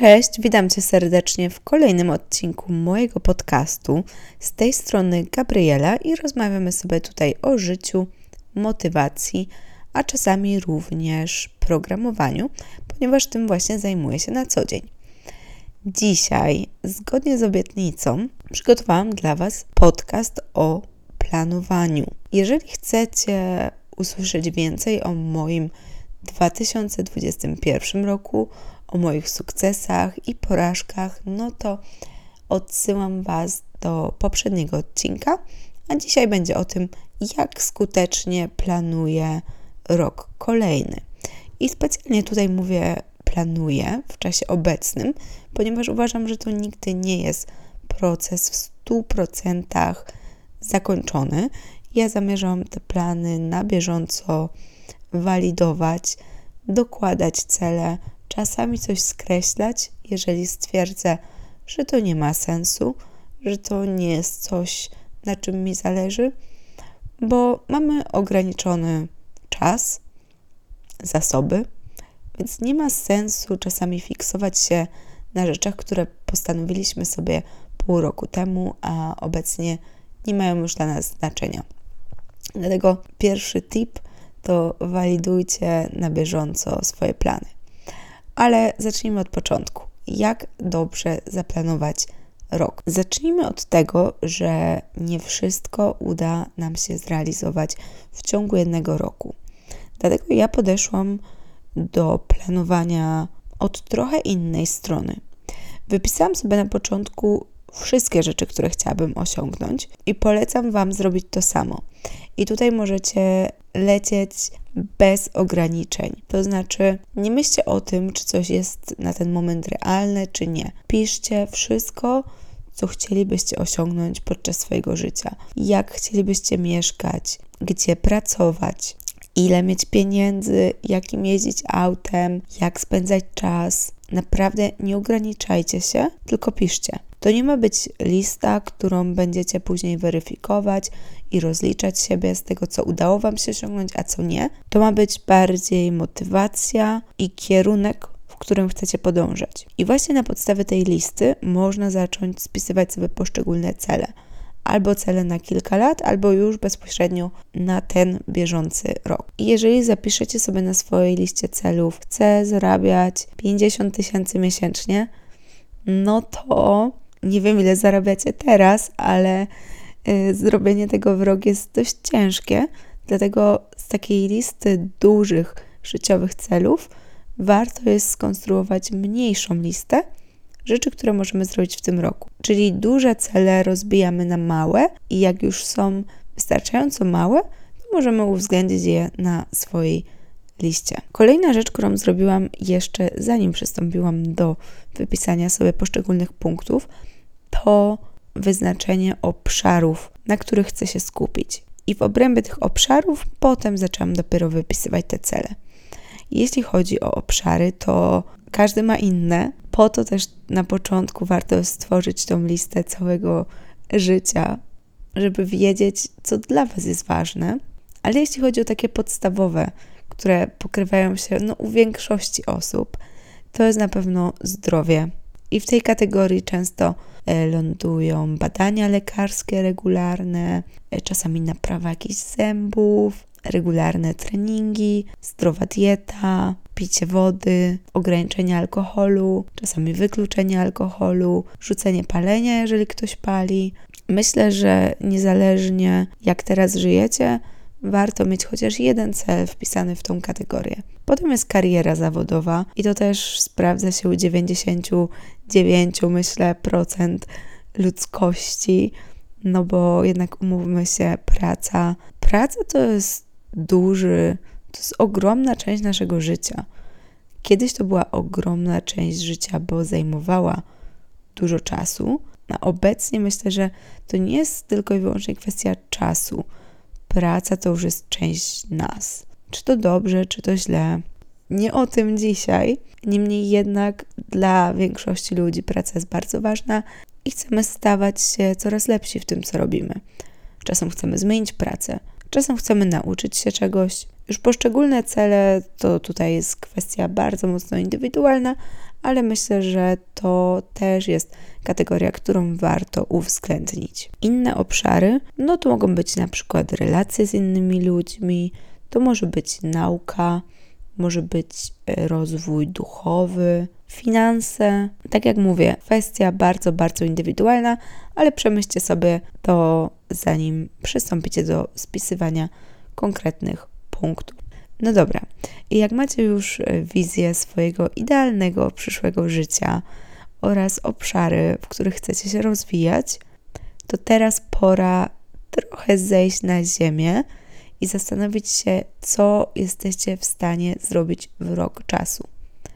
Cześć, witam Cię serdecznie w kolejnym odcinku mojego podcastu. Z tej strony Gabriela i rozmawiamy sobie tutaj o życiu, motywacji, a czasami również programowaniu, ponieważ tym właśnie zajmuję się na co dzień. Dzisiaj, zgodnie z obietnicą, przygotowałam dla Was podcast o planowaniu. Jeżeli chcecie usłyszeć więcej o moim 2021 roku, o moich sukcesach i porażkach, no to odsyłam Was do poprzedniego odcinka, a dzisiaj będzie o tym, jak skutecznie planuję rok kolejny. I specjalnie tutaj mówię planuję w czasie obecnym, ponieważ uważam, że to nigdy nie jest proces w 100% zakończony. Ja zamierzam te plany na bieżąco walidować, dokładać cele, czasami coś skreślać, jeżeli stwierdzę, że to nie ma sensu, że to nie jest coś, na czym mi zależy, bo mamy ograniczony czas, zasoby, więc nie ma sensu czasami fiksować się na rzeczach, które postanowiliśmy sobie pół roku temu, a obecnie nie mają już dla nas znaczenia. Dlatego pierwszy tip to walidujcie na bieżąco swoje plany. Ale zacznijmy od początku. Jak dobrze zaplanować rok? Zacznijmy od tego, że nie wszystko uda nam się zrealizować w ciągu jednego roku. Dlatego ja podeszłam do planowania od trochę innej strony. Wypisałam sobie na początku wszystkie rzeczy, które chciałabym osiągnąć i polecam Wam zrobić to samo. I tutaj możecie lecieć bez ograniczeń. To znaczy, nie myślcie o tym, czy coś jest na ten moment realne, czy nie. Piszcie wszystko, co chcielibyście osiągnąć podczas swojego życia. Jak chcielibyście mieszkać, gdzie pracować, ile mieć pieniędzy, jakim jeździć autem, jak spędzać czas. Naprawdę nie ograniczajcie się, tylko piszcie. To nie ma być lista, którą będziecie później weryfikować i rozliczać siebie z tego, co udało Wam się osiągnąć, a co nie. To ma być bardziej motywacja i kierunek, w którym chcecie podążać. I właśnie na podstawie tej listy można zacząć spisywać sobie poszczególne cele. Albo cele na kilka lat, albo już bezpośrednio na ten bieżący rok. I jeżeli zapiszecie sobie na swojej liście celów, chcę zarabiać 50 000 miesięcznie, no to nie wiem, ile zarabiacie teraz, ale zrobienie tego w rok jest dość ciężkie. Dlatego z takiej listy dużych życiowych celów warto jest skonstruować mniejszą listę rzeczy, które możemy zrobić w tym roku. Czyli duże cele rozbijamy na małe i jak już są wystarczająco małe, to możemy uwzględnić je na swojej liście. Kolejna rzecz, którą zrobiłam jeszcze zanim przystąpiłam do wypisania sobie poszczególnych punktów, to wyznaczenie obszarów, na których chcę się skupić. I w obrębie tych obszarów potem zaczęłam dopiero wypisywać te cele. Jeśli chodzi o obszary, to każdy ma inne. Po to też na początku warto stworzyć tą listę całego życia, żeby wiedzieć, co dla Was jest ważne. Ale jeśli chodzi o takie podstawowe, które pokrywają się u większości osób, to jest na pewno zdrowie. I w tej kategorii często lądują badania lekarskie regularne, czasami naprawa jakichś zębów, regularne treningi, zdrowa dieta, picie wody, ograniczenie alkoholu, czasami wykluczenie alkoholu, rzucenie palenia, jeżeli ktoś pali. Myślę, że niezależnie jak teraz żyjecie, warto mieć chociaż jeden cel wpisany w tą kategorię. Potem jest kariera zawodowa i to też sprawdza się u 99, myślę, procent ludzkości, no bo jednak umówmy się, praca to jest to jest ogromna część naszego życia. Kiedyś to była ogromna część życia, bo zajmowała dużo czasu, a obecnie myślę, że to nie jest tylko i wyłącznie kwestia czasu. Praca to już jest część nas. Czy to dobrze, czy to źle? Nie o tym dzisiaj. Niemniej jednak dla większości ludzi praca jest bardzo ważna i chcemy stawać się coraz lepsi w tym, co robimy. Czasem chcemy zmienić pracę, czasem chcemy nauczyć się czegoś. Już poszczególne cele to tutaj jest kwestia bardzo mocno indywidualna, ale myślę, że to też jest kategoria, którą warto uwzględnić. Inne obszary, no to mogą być na przykład relacje z innymi ludźmi, to może być nauka, może być rozwój duchowy, finanse. Tak jak mówię, kwestia bardzo, bardzo indywidualna, ale przemyślcie sobie to, zanim przystąpicie do spisywania konkretnych punktów. No dobra, i jak macie już wizję swojego idealnego przyszłego życia oraz obszary, w których chcecie się rozwijać, to teraz pora trochę zejść na ziemię i zastanowić się, co jesteście w stanie zrobić w rok czasu.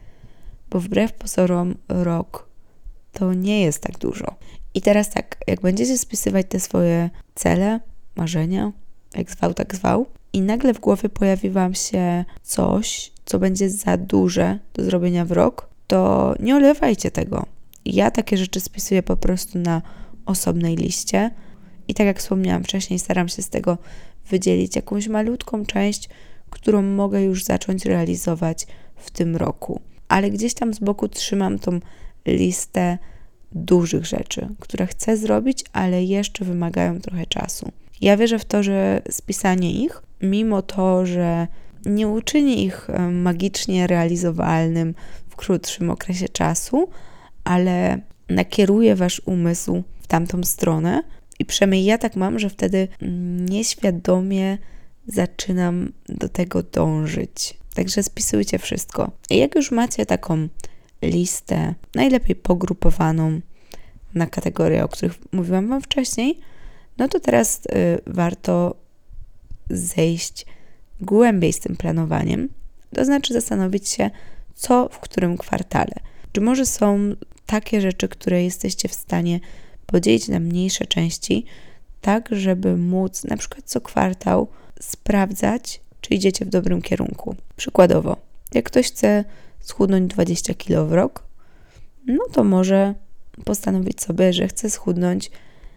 Bo wbrew pozorom rok to nie jest tak dużo. I teraz tak, jak będziecie spisywać te swoje cele, marzenia, jak zwał, tak zwał, i nagle w głowie pojawi Wam się coś, co będzie za duże do zrobienia w rok, to nie olewajcie tego. Ja takie rzeczy spisuję po prostu na osobnej liście i tak jak wspomniałam wcześniej, staram się z tego wydzielić jakąś malutką część, którą mogę już zacząć realizować w tym roku. Ale gdzieś tam z boku trzymam tą listę dużych rzeczy, które chcę zrobić, ale jeszcze wymagają trochę czasu. Ja wierzę w to, że spisanie ich, mimo to, że nie uczyni ich magicznie realizowalnym w krótszym okresie czasu, ale nakieruje Wasz umysł w tamtą stronę i przynajmniej ja tak mam, że wtedy nieświadomie zaczynam do tego dążyć. Także spisujcie wszystko. I jak już macie taką listę, najlepiej pogrupowaną na kategorie, o których mówiłam Wam wcześniej, no to teraz warto zejść głębiej z tym planowaniem, to znaczy zastanowić się, co w którym kwartale. Czy może są takie rzeczy, które jesteście w stanie podzielić na mniejsze części, tak żeby móc na przykład co kwartał sprawdzać, czy idziecie w dobrym kierunku. Przykładowo, jak ktoś chce schudnąć 20 kg w rok, no to może postanowić sobie, że chce schudnąć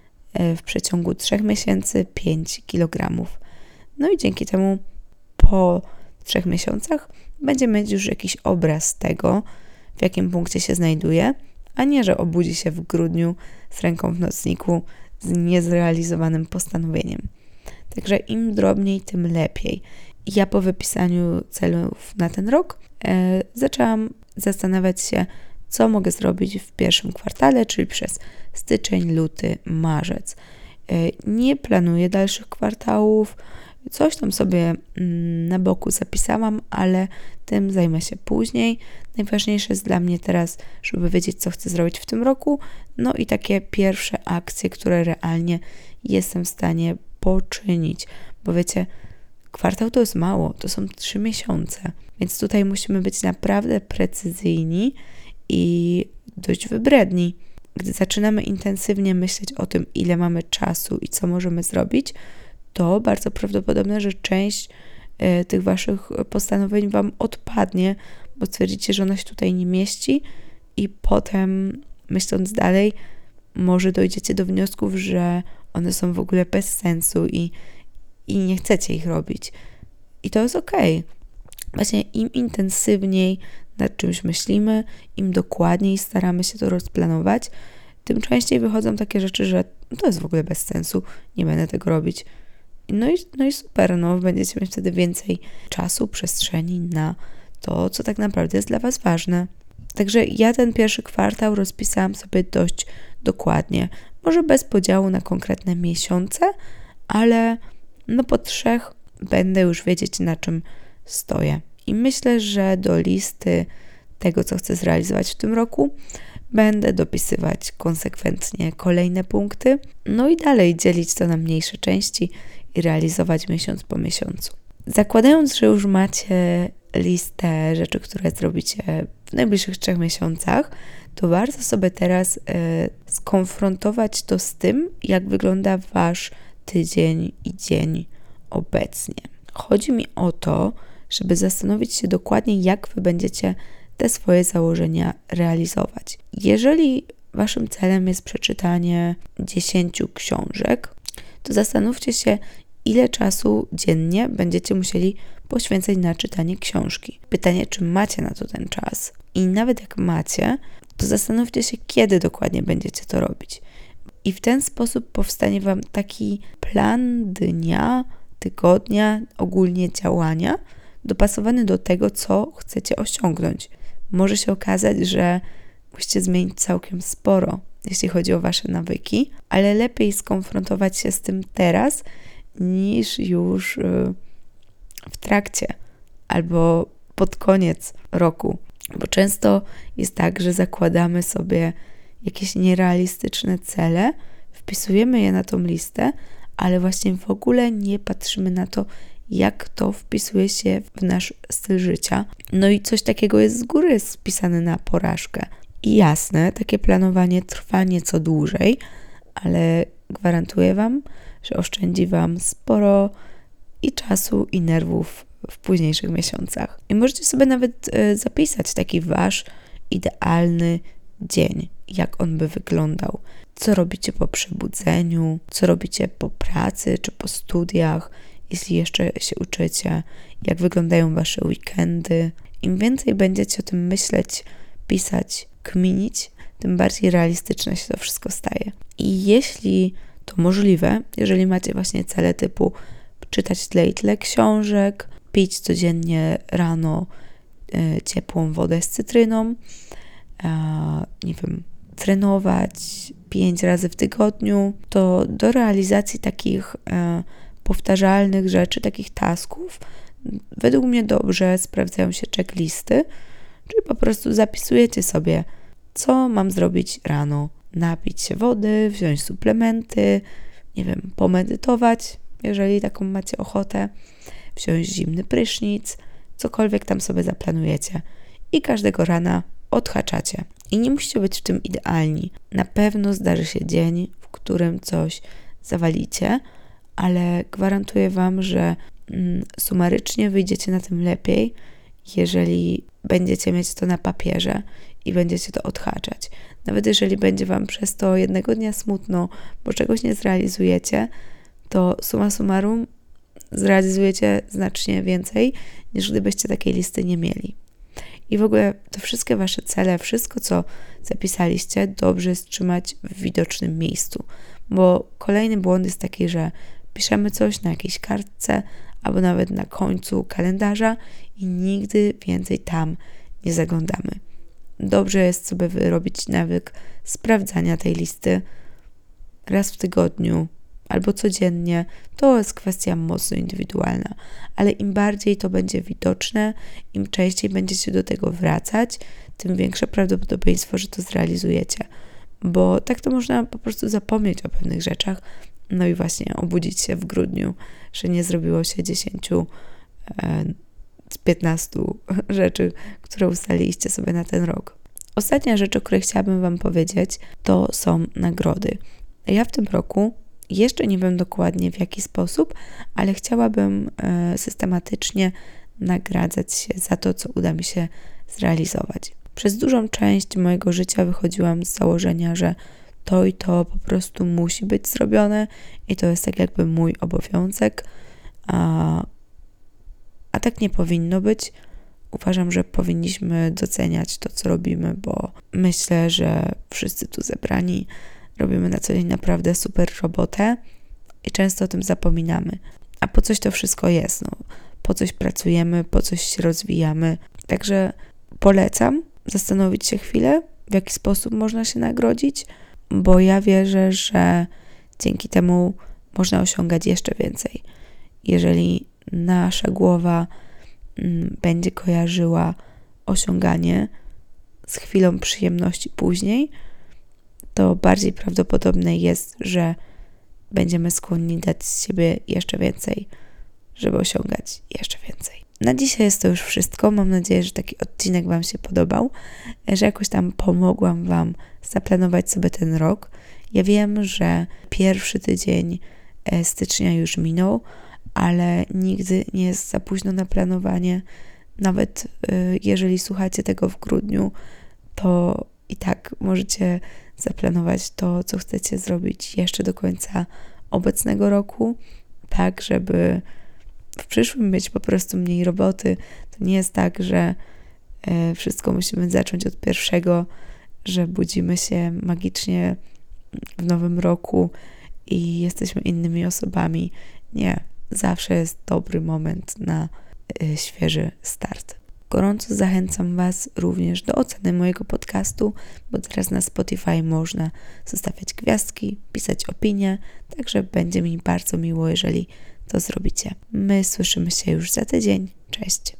w przeciągu 3 miesięcy 5 kg. No i dzięki temu po 3 miesiącach będzie mieć już jakiś obraz tego, w jakim punkcie się znajduje, a nie, że obudzi się w grudniu z ręką w nocniku z niezrealizowanym postanowieniem. Także im drobniej, tym lepiej. Ja po wypisaniu celów na ten rok zaczęłam zastanawiać się, co mogę zrobić w pierwszym kwartale, czyli przez styczeń, luty, marzec. Nie planuję dalszych kwartałów, coś tam sobie na boku zapisałam, ale tym zajmę się później. Najważniejsze jest dla mnie teraz, żeby wiedzieć, co chcę zrobić w tym roku, no i takie pierwsze akcje, które realnie jestem w stanie poczynić, bo wiecie, kwartał to jest mało, to są 3 miesiące, więc tutaj musimy być naprawdę precyzyjni i dość wybredni. Gdy zaczynamy intensywnie myśleć o tym, ile mamy czasu i co możemy zrobić, to bardzo prawdopodobne, że część tych Waszych postanowień Wam odpadnie, bo stwierdzicie, że ona się tutaj nie mieści i potem, myśląc dalej, może dojdziecie do wniosków, że one są w ogóle bez sensu i nie chcecie ich robić. I to jest okej. Właśnie im intensywniej nad czymś myślimy, im dokładniej staramy się to rozplanować, tym częściej wychodzą takie rzeczy, że to jest w ogóle bez sensu, nie będę tego robić. No i super, będziecie mieć wtedy więcej czasu, przestrzeni na to, co tak naprawdę jest dla Was ważne. Także ja ten pierwszy kwartał rozpisałam sobie dość dokładnie. Może bez podziału na konkretne miesiące, ale po 3 będę już wiedzieć, na czym stoję. I myślę, że do listy tego, co chcę zrealizować w tym roku, będę dopisywać konsekwentnie kolejne punkty, no i dalej dzielić to na mniejsze części i realizować miesiąc po miesiącu. Zakładając, że już macie listę rzeczy, które zrobicie w najbliższych 3 miesiącach, to warto sobie teraz skonfrontować to z tym, jak wygląda Wasz tydzień i dzień obecnie. Chodzi mi o to, żeby zastanowić się dokładnie, jak Wy będziecie te swoje założenia realizować. Jeżeli Waszym celem jest przeczytanie 10 książek, to zastanówcie się, ile czasu dziennie będziecie musieli poświęcać na czytanie książki. Pytanie, czy macie na to ten czas. I nawet jak macie, to zastanówcie się, kiedy dokładnie będziecie to robić. I w ten sposób powstanie Wam taki plan dnia, tygodnia, ogólnie działania, dopasowany do tego, co chcecie osiągnąć. Może się okazać, że musicie zmienić całkiem sporo, jeśli chodzi o Wasze nawyki, ale lepiej skonfrontować się z tym teraz, niż już w trakcie albo pod koniec roku. Bo często jest tak, że zakładamy sobie jakieś nierealistyczne cele, wpisujemy je na tą listę, ale właśnie w ogóle nie patrzymy na to, jak to wpisuje się w nasz styl życia. No i coś takiego jest z góry spisane na porażkę. I jasne, takie planowanie trwa nieco dłużej, ale gwarantuję Wam, że oszczędzi Wam sporo i czasu, i nerwów w późniejszych miesiącach. I możecie sobie nawet zapisać taki Wasz idealny dzień, jak on by wyglądał. Co robicie po przebudzeniu, co robicie po pracy czy po studiach, jeśli jeszcze się uczycie, jak wyglądają Wasze weekendy. Im więcej będziecie o tym myśleć, pisać, kminić, tym bardziej realistyczne się to wszystko staje. I jeśli to możliwe, jeżeli macie właśnie cele typu czytać tyle i tyle książek, pić codziennie rano ciepłą wodę z cytryną, nie wiem, trenować 5 razy w tygodniu, to do realizacji takich powtarzalnych rzeczy, takich tasków, według mnie dobrze sprawdzają się checklisty, czyli po prostu zapisujecie sobie, co mam zrobić rano. Napić się wody, wziąć suplementy, nie wiem, pomedytować, jeżeli taką macie ochotę, wziąć zimny prysznic, cokolwiek tam sobie zaplanujecie. I każdego rana odhaczacie. I nie musicie być w tym idealni. Na pewno zdarzy się dzień, w którym coś zawalicie, ale gwarantuję Wam, że sumarycznie wyjdziecie na tym lepiej, jeżeli będziecie mieć to na papierze i będziecie to odhaczać. Nawet jeżeli będzie Wam przez to jednego dnia smutno, bo czegoś nie zrealizujecie, to summa summarum zrealizujecie znacznie więcej, niż gdybyście takiej listy nie mieli. I w ogóle te wszystkie Wasze cele, wszystko co zapisaliście, dobrze jest trzymać w widocznym miejscu. Bo kolejny błąd jest taki, że piszemy coś na jakiejś kartce albo nawet na końcu kalendarza i nigdy więcej tam nie zaglądamy. Dobrze jest sobie wyrobić nawyk sprawdzania tej listy raz w tygodniu albo codziennie. To jest kwestia mocno indywidualna, ale im bardziej to będzie widoczne, im częściej będziecie do tego wracać, tym większe prawdopodobieństwo, że to zrealizujecie. Bo tak to można po prostu zapomnieć o pewnych rzeczach, no i właśnie obudzić się w grudniu, że nie zrobiło się 10 z 15 rzeczy, które ustaliliście sobie na ten rok. Ostatnia rzecz, o której chciałabym Wam powiedzieć, to są nagrody. Ja w tym roku jeszcze nie wiem dokładnie w jaki sposób, ale chciałabym systematycznie nagradzać się za to, co uda mi się zrealizować. Przez dużą część mojego życia wychodziłam z założenia, że to i to po prostu musi być zrobione i to jest tak jakby mój obowiązek, a tak nie powinno być. Uważam, że powinniśmy doceniać to, co robimy, bo myślę, że wszyscy tu zebrani robimy na co dzień naprawdę super robotę i często o tym zapominamy. A po coś to wszystko jest? No, po coś pracujemy, po coś się rozwijamy. Także polecam zastanowić się chwilę, w jaki sposób można się nagrodzić, bo ja wierzę, że dzięki temu można osiągać jeszcze więcej. Jeżeli nasza głowa będzie kojarzyła osiąganie z chwilą przyjemności później, to bardziej prawdopodobne jest, że będziemy skłonni dać z siebie jeszcze więcej, żeby osiągać jeszcze więcej. Na dzisiaj jest to już wszystko. Mam nadzieję, że taki odcinek Wam się podobał, że jakoś tam pomogłam Wam zaplanować sobie ten rok. Ja wiem, że pierwszy tydzień stycznia już minął, ale nigdy nie jest za późno na planowanie. Nawet jeżeli słuchacie tego w grudniu, to i tak możecie zaplanować to, co chcecie zrobić jeszcze do końca obecnego roku, tak, żeby w przyszłym mieć po prostu mniej roboty. To nie jest tak, że Wszystko musimy zacząć od pierwszego, że budzimy się magicznie w nowym roku i jesteśmy innymi osobami. Nie, zawsze jest dobry moment na świeży start. Gorąco zachęcam Was również do oceny mojego podcastu, bo teraz na Spotify można zostawiać gwiazdki, pisać opinie, także będzie mi bardzo miło, jeżeli to zrobicie. My słyszymy się już za tydzień. Cześć!